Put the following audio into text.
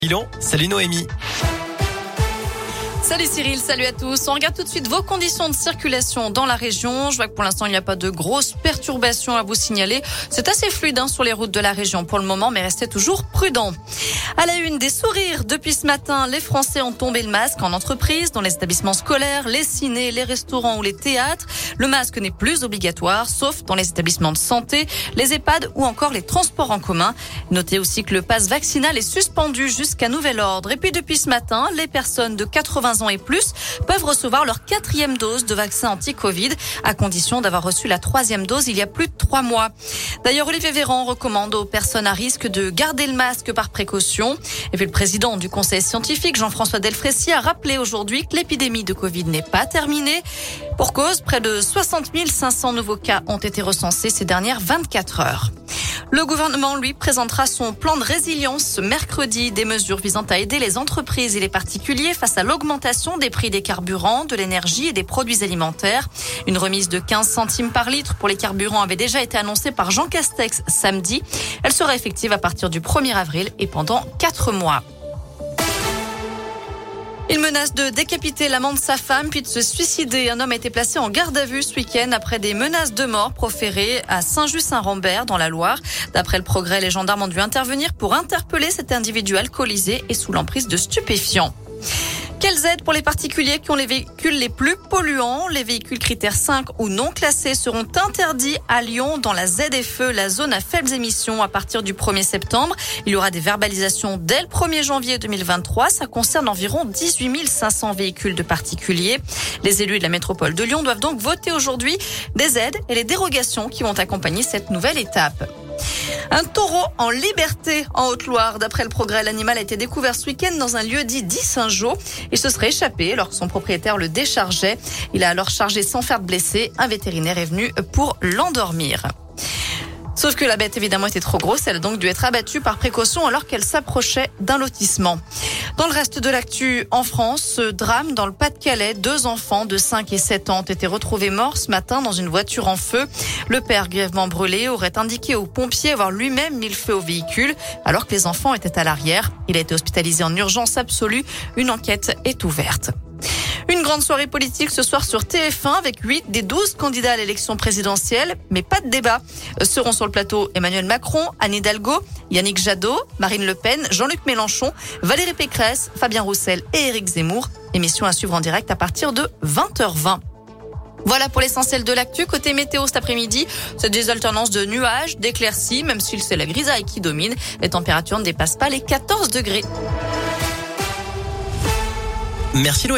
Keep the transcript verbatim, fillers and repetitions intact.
Milan, salut Noémie. Salut Cyril, salut à tous. On regarde tout de suite vos conditions de circulation dans la région. Je vois que pour l'instant, il n'y a pas de grosses perturbations à vous signaler. C'est assez fluide hein, sur les routes de la région pour le moment, mais restez toujours prudents. À la une, des sourires. Depuis ce matin, les Français ont tombé le masque en entreprise, dans les établissements scolaires, les cinés, les restaurants ou les théâtres. Le masque n'est plus obligatoire, sauf dans les établissements de santé, les EHPAD ou encore les transports en commun. Notez aussi que le pass vaccinal est suspendu jusqu'à nouvel ordre. Et puis depuis ce matin, les personnes de quatre-vingts ans et plus peuvent recevoir leur quatrième dose de vaccin anti-Covid, à condition d'avoir reçu la troisième dose il y a plus de trois mois. D'ailleurs, Olivier Véran recommande aux personnes à risque de garder le masque par précaution. Et puis le président du conseil scientifique, Jean-François Delfraissy, a rappelé aujourd'hui que l'épidémie de Covid n'est pas terminée. Pour cause, près de soixante mille cinq cents nouveaux cas ont été recensés ces dernières vingt-quatre heures. Le gouvernement, lui, présentera son plan de résilience ce mercredi, des mesures visant à aider les entreprises et les particuliers face à l'augmentation des prix des carburants, de l'énergie et des produits alimentaires. Une remise de quinze centimes par litre pour les carburants avait déjà été annoncée par Jean Castex samedi. Elle sera effective à partir du premier avril et pendant quatre mois. Il menace de décapiter l'amant de sa femme puis de se suicider. Un homme a été placé en garde à vue ce week-end après des menaces de mort proférées à Saint-Just-Saint-Rambert dans la Loire. D'après le Progrès, les gendarmes ont dû intervenir pour interpeller cet individu alcoolisé et sous l'emprise de stupéfiants. Quelles aides pour les particuliers qui ont les véhicules les plus polluants? Les véhicules critères cinq ou non classés seront interdits à Lyon dans la Z F E, la zone à faibles émissions, à partir du premier septembre. Il y aura des verbalisations dès le premier janvier deux mille vingt-trois. Ça concerne environ dix-huit mille cinq cents véhicules de particuliers. Les élus de la métropole de Lyon doivent donc voter aujourd'hui des aides et les dérogations qui vont accompagner cette nouvelle étape. Un taureau en liberté en Haute-Loire. D'après le Progrès, l'animal a été découvert ce week-end dans un lieu dit Saint-Jean. Il se serait échappé alors que son propriétaire le déchargeait. Il a alors chargé sans faire de blessé. Un vétérinaire est venu pour l'endormir. Sauf que la bête, évidemment, était trop grosse. Elle a donc dû être abattue par précaution alors qu'elle s'approchait d'un lotissement. Dans le reste de l'actu en France, ce drame dans le Pas-de-Calais, deux enfants de cinq et sept ans ont été retrouvés morts ce matin dans une voiture en feu. Le père, grièvement brûlé, aurait indiqué aux pompiers avoir lui-même mis le feu au véhicule alors que les enfants étaient à l'arrière. Il a été hospitalisé en urgence absolue. Une enquête est ouverte. Une grande soirée politique ce soir sur T F un avec huit des douze candidats à l'élection présidentielle, mais pas de débat. Seront sur le plateau Emmanuel Macron, Anne Hidalgo, Yannick Jadot, Marine Le Pen, Jean-Luc Mélenchon, Valérie Pécresse, Fabien Roussel et Éric Zemmour. Émission à suivre en direct à partir de vingt heures vingt. Voilà pour l'essentiel de l'actu. Côté météo cet après-midi, c'est des alternances de nuages, d'éclaircies, même si c'est la grisaille qui domine. Les températures ne dépassent pas les quatorze degrés. Merci Noémie.